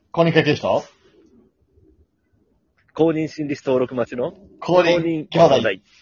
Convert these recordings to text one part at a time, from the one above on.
公認会計士と公認心理師登録待ちの公認兄弟。い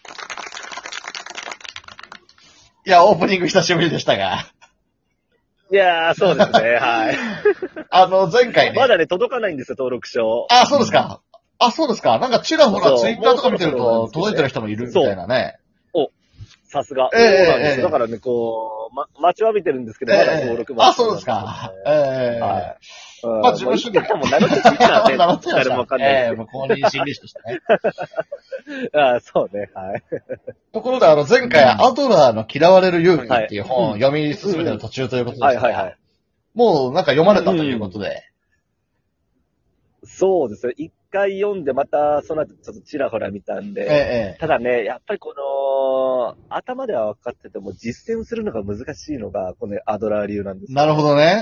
や、オープニング久しぶりでしたが。 いやー、そうですね、はい。 前回ね。 まだね、届かないんですよ、登録証。 あ、そうですか。そうですか。なんかちらほらそうツイッターとか見てるもうそろそろなんとですけどね届いてる人もいるみたいなね。 さすが。 ええそうなんですよ。 ええだからね、待ちわびてるんですけど、まだ登録待ちそうですか。 はい。 まあ事務所に。 もう名乗っていいからね、 習ってました。 誰もわかんない。 もう公認心理師としてね。 そうね、はい。 ところで前回、アドラーの嫌われる勇気っていう本を読み進めてる途中ということですが、もうなんか読まれたということで。 そうですね。一回読んで、またその後ちょっとちらほら見たんで、ただね、やっぱりこの、頭では分かってても実践するのが難しいのが、このアドラー流なんですよ。 なるほどね。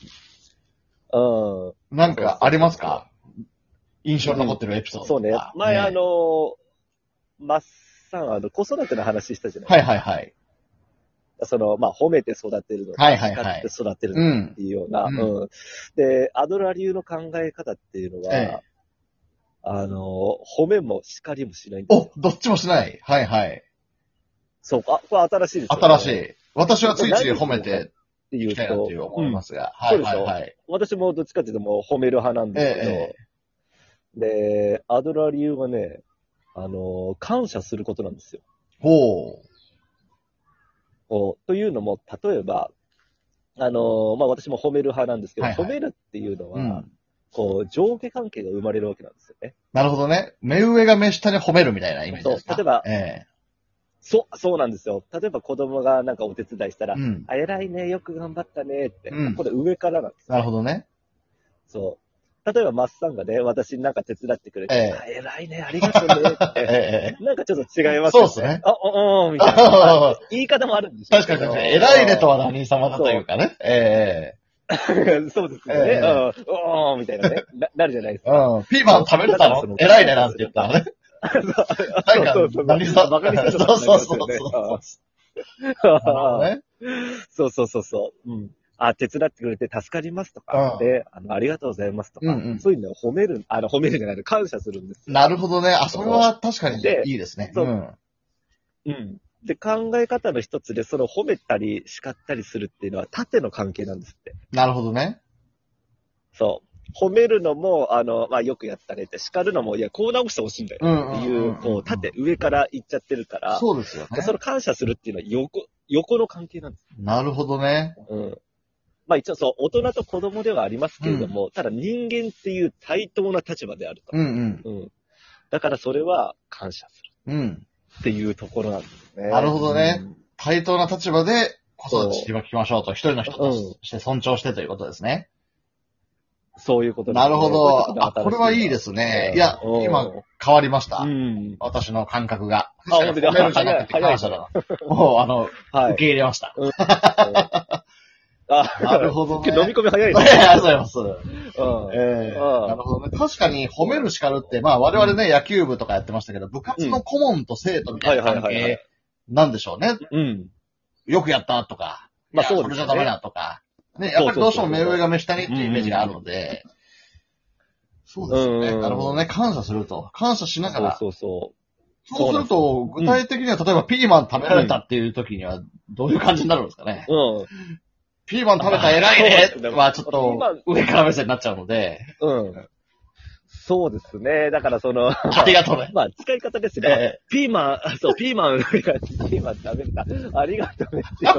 うん。 なんかありますか？印象に残ってるエピソード。 そうね。前マッサン、子育ての話したじゃないはいはいはい。 褒めて育てるのはいはいはい。 叱って育てるのっていうような、で、アドラー流の考え方っていうのは、褒めも叱りもしないんですよ。 どっちもしない。はいはい。 そう、これ新しいですよね。 新しい。私はついつい褒めてっていういきたいなって思いますが。 はいはいはい。私もどっちかっていうともう褒める派なんですけど、で、アドラー流はね、感謝することなんですよ。 ほう。 というのも、例えば、私も褒める派なんですけど、褒めるっていうのは、上下関係が生まれるわけなんですよね。 なるほどね。目上が目下に褒めるみたいなイメージですか？ そう、例えば、そうなんですよ。例えば子供がなんかお手伝いしたら、偉いね、よく頑張ったねって、これ上からなんですよ。 なるほどね。 そう。例えば、マッサンがね、私になんか手伝ってくれて、偉いね、ありがとうねって、なんかちょっと違いますよね。 そうですね。 みたいな。言い方もあるんですよ。 確かに、偉いねとは何様だというかね。 そうですよね。みたいなね。なるじゃないですか。 ピーマン食べれたの？偉いねなんて言ったらね。何さ、 バカにしてた。そう。手伝ってくれて助かりますとか、ありがとうございますとか、そういうのを褒めるじゃない、感謝するんです。 なるほどね。それは確かにいいですね。 で、考え方の一つで、それを褒めたり叱ったりするっていうのは縦の関係なんですって。 なるほどね。 そう。褒めるのも、よくやったねって、叱るのも、いや、こう直してほしいんだよっていう、縦、上から行っちゃってるから、 そうですよね。 その感謝するっていうのは横の関係なんです。 なるほどね。 一応大人と子供ではありますけれども、ただ人間っていう対等な立場であると。だからそれは感謝する。っていうところなんですね。 なるほどね。対等な立場で子育てしていきましょうと。一人の人として尊重してということですね。 そういうことですね。なるほど。これはいいですね。いや、今変わりました。私の感覚が。 本当に褒めるじゃなくて感謝だな。もう、受け入れました。なるほどね。 飲み込み早いね。 ありがとうございます。なるほどね。確かに褒める叱るって、我々ね、野球部とかやってましたけど、部活の顧問と生徒みたいな関係なんでしょうね。よくやったとか、それじゃダメだとか。ね、やっぱりどうしても目上が目下にっていうイメージがあるので。そうですよね。なるほどね。感謝すると。感謝しながら。そうすると、具体的には例えばピーマン食べられたっていう時には、どういう感じになるんですかね。ピーマン食べた偉いねはちょっと上から目線になっちゃうので。 そうですね。だからありがとうね。 使い方ですね。ピーマン食べた。ありがとうねって言う。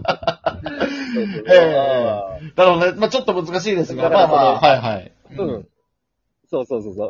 なるほどね。ちょっと難しいですが、はいはい。 そう。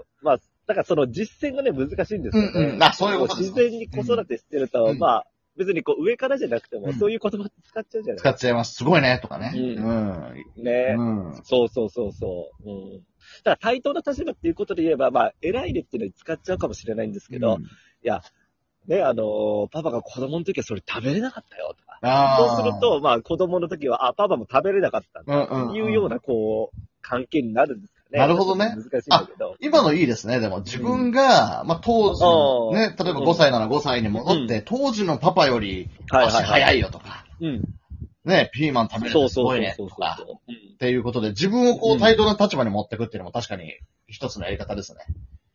だから実践がね、難しいんですよね。 そういうことです。 自然に子育てしてると、別に上からじゃなくても、そういう言葉使っちゃうじゃないですか。 使っちゃいます。すごいね、とかね。 ね。そう。だから対等な立場っていうことで言えば、偉いねっていうのに使っちゃうかもしれないんですけど、いや、ね、パパが子供の時はそれ食べれなかったよとか。そうすると、子供の時は、パパも食べれなかったんだっていうような、関係になるんですかね。 なるほどね。 難しいんだけど。 今のいいですね。でも自分が、当時、ね、例えば5歳なら5歳に戻って、当時のパパより足早いよとか。ね、ピーマン食べるのすごいねとか。っっていうことで、自分をこう対等な立場に持っていくっていうのも確かに一つのやり方ですね。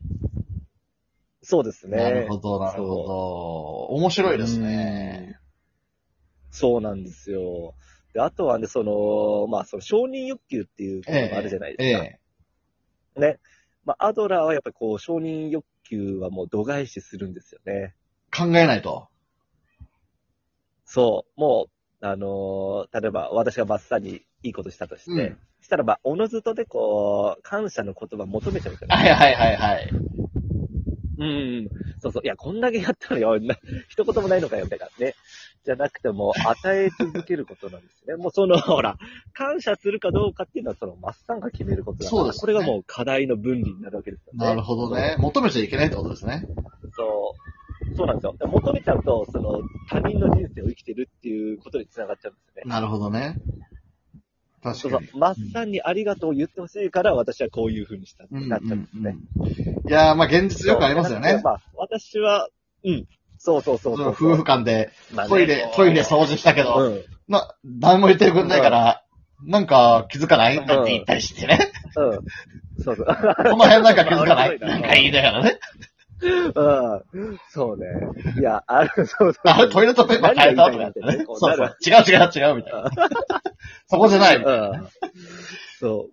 そうですね。 なるほど、なるほど。面白いですね。 そうなんですよ。で、あとはね、その承認欲求っていうことがあるじゃないですか。ね。アドラーはやっぱりこう、承認欲求はもう度外視するんですよね。 考えないと。 そう。もう、例えば私がマッサンにいいことしたとして、したらおのずとでこう、感謝の言葉求めちゃうじゃないですか。 はいはいはいはい。 そうそう。いや、こんだけやったのよ。一言もないのかよ、みたいなね。じゃなくても、与え続けることなんですね。もうほら、感謝するかどうかっていうのは、マッサンが決めることだから、そうですね。これがもう課題の分離になるわけですよね。 なるほどね。求めちゃいけないってことですね。 そうなんですよ。求めちゃうと、他人の人生を生きてるっていうことにつながっちゃうんですね。 なるほどね。確かに。 マッサンにありがとうを言ってほしいから、私はこういう風にしたってなっちゃうんですね。 いやー、現実よくありますよね。 私は、そう。 夫婦間で、トイレ掃除したけど、誰も言ってくんないから、なんか気づかないなんて言ったりしてね。 そう。この辺なんか気づかないなんか言いながらね。 そうね。いや、そう。 トイレットペーパー変えたとかってね。そう。違う、みたいな。そこじゃない、みたいな。 そう。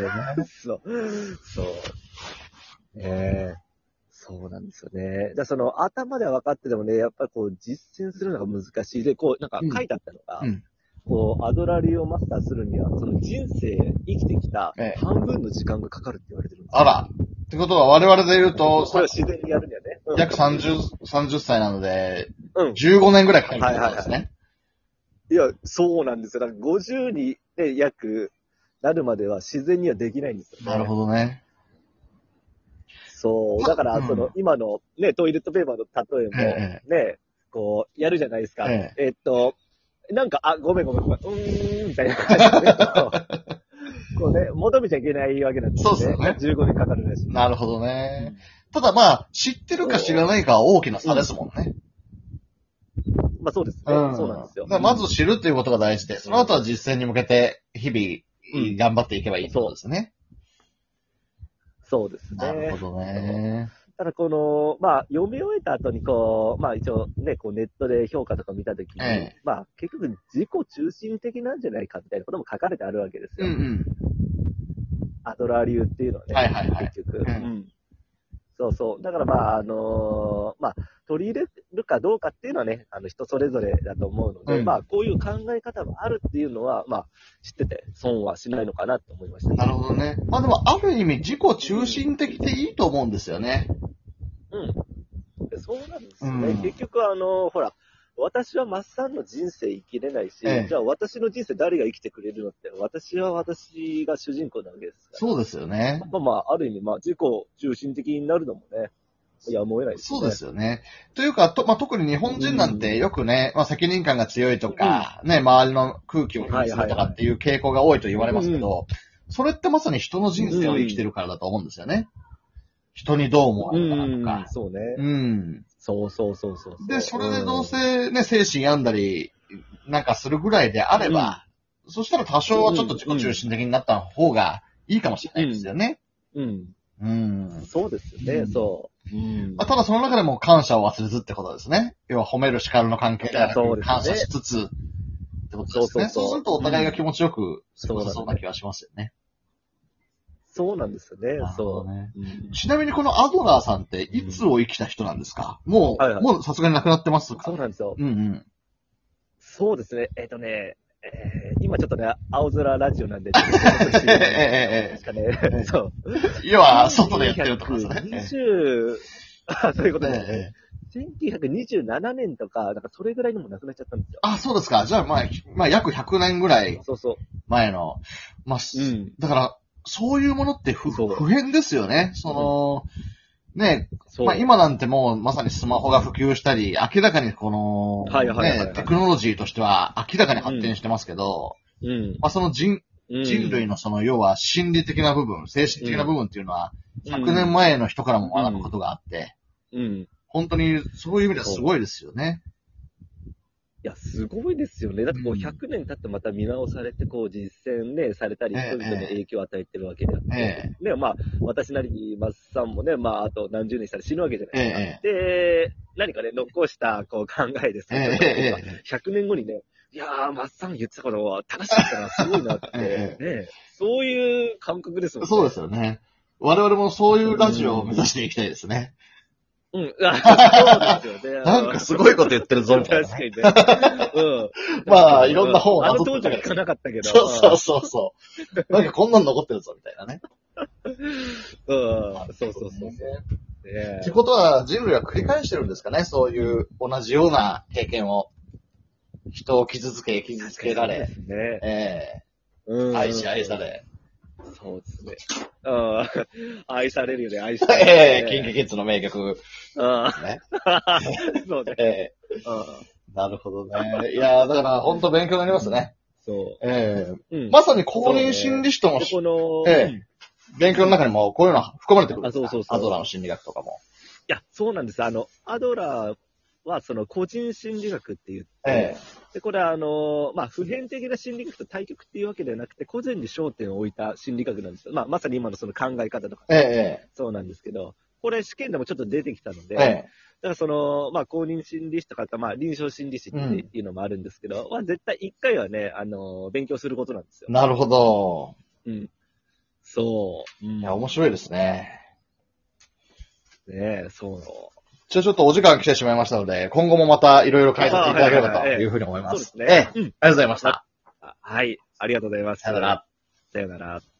そうなんですよね。頭では分かっててもね、やっぱりこう、実践するのが難しい。で、なんか書いてあったのが、アドラー流をマスターするには、人生、生きてきた半分の時間がかかるって言われてるんですよ。 あら。ってことは我々で言うと、 これを自然にやるにはね。 約30歳なので、15年ぐらいかかるってことですね。 いや、そうなんですよ。だから50に、約なるまでは自然にはできないんですよね。 なるほどね。 そう。だから、今のね、トイレットペーパーの例えも、ね、こう、やるじゃないですか。なんか、ごめん、みたいな感じで、こうね、求めちゃいけないわけなんですよね。そうですね。15年かかるらしい。 なるほどね。ただ知ってるか知らないかは大きな差ですもんね。 そうですね。そうなんですよ。 まず知るっていうことが大事で、その後は実践に向けて、日々、頑張っていけばいいってことですね。 そうですね。 なるほどね。 ただ読み終えた後に一応ね、ネットで評価とか見たときに、結局自己中心的なんじゃないかみたいなことも書かれてあるわけですよ。アドラー流っていうのはね、結局。そう。だから取り入れるかどうかっていうのはね、人それぞれだと思うので、こういう考え方もあるっていうのは、知ってて損はしないのかなと思いました。 なるほどね。でも、ある意味自己中心的でいいと思うんですよね。 そうなんですよね。結局ほら、私はマッサンの人生生きれないし、じゃあ私の人生誰が生きてくれるのって、私は私が主人公なわけですから。 そうですよね。 ある意味、自己中心的になるのもね、やむを得ないですね。そうですよね。というか、特に日本人なんてよくね、責任感が強いとか、周りの空気を気にするとかっていう傾向が多いと言われますけど、それってまさに人の人生を生きてるからだと思うんですよね。人にどう思われるかとか。 そうね。そう。 で、それでどうせね、精神病んだり、なんかするぐらいであれば、そしたら多少はちょっと自己中心的になった方がいいかもしれないですよね。 そうですよね、そう。 ただその中でも感謝を忘れずってことですね。要は褒める叱るの関係ではなく感謝しつつってことですね。そうするとお互いが気持ちよく過ごせそうな気がしますよね。 そうなんですよね。 ちなみにこのアドラーさんっていつを生きた人なんですか？もうさすがに亡くなってますか？ そうなんですよ。そうですね。今ちょっとね、青空ラジオなんで、確かね、そう。 要は、外でやってるとかですね。 そういうことですね。1927年とか、なんかそれぐらいにも亡くなっちゃったんですよ。 そうですか。じゃあ、約100年ぐらい前の。だから、そういうものって不変ですよね。今なんてもうまさにスマホが普及したり、明らかにテクノロジーとしては明らかに発展してますけど、その人類の要は心理的な部分、精神的な部分っていうのは、100年前の人からも学ぶことがあって、本当にそういう意味ではすごいですよね。 いや、すごいですよね。だってこう100年経ってまた見直されて、こう実践ね、されたり、人々に影響を与えてるわけであって、ね、まあ、私なりに松さんもね、まあ、あと何十年したら死ぬわけじゃないですか。で、何かね、残したこう考えですね。100年後にね、いやー、松さんが言ってたことは正しかったな、すごいなって、ね、そういう感覚ですよね。 そうですよね。我々もそういうラジオを目指していきたいですね。 そうですよね。 なんかすごいこと言ってるぞ、みたいな。 確かにね。 まあ、いろんな本をあの当時は聞かなかったけど。 そう。なんかこんなの残ってるぞ、みたいなね。 そう。 ってことは、人類は繰り返してるんですかね、そういう同じような経験を。人を傷つけられ。愛し愛され。 そうですね。愛されるよね、愛される。 キンキキッズの名曲。 ね。そうね。 なるほどね。いやだから本当勉強になりますね。 そう。 まさに公認心理師との、勉強の中にもこういうの含まれてくるんですか？そう。アドラーの心理学とかも。 いや、そうなんです。アドラーは、その個人心理学って言って、で、これはまあ、普遍的な心理学と対極っていうわけではなくて、個人に焦点を置いた心理学なんですよ。まあ、まさに今のその考え方とか、そうなんですけど、これ試験でもちょっと出てきたので、だからその、まあ、公認心理師とか、まあ、臨床心理師っていうのもあるんですけど、まあ、絶対一回はね、勉強することなんですよ。 なるほど。 そう。 いや、面白いですね。 ねえ、そう。 ちょっとお時間来てしまいましたので、今後もまたいろいろ解説いただければというふうに思います。 そうですね。 ありがとうございました。 はい、ありがとうございます。 さよなら。 さよなら。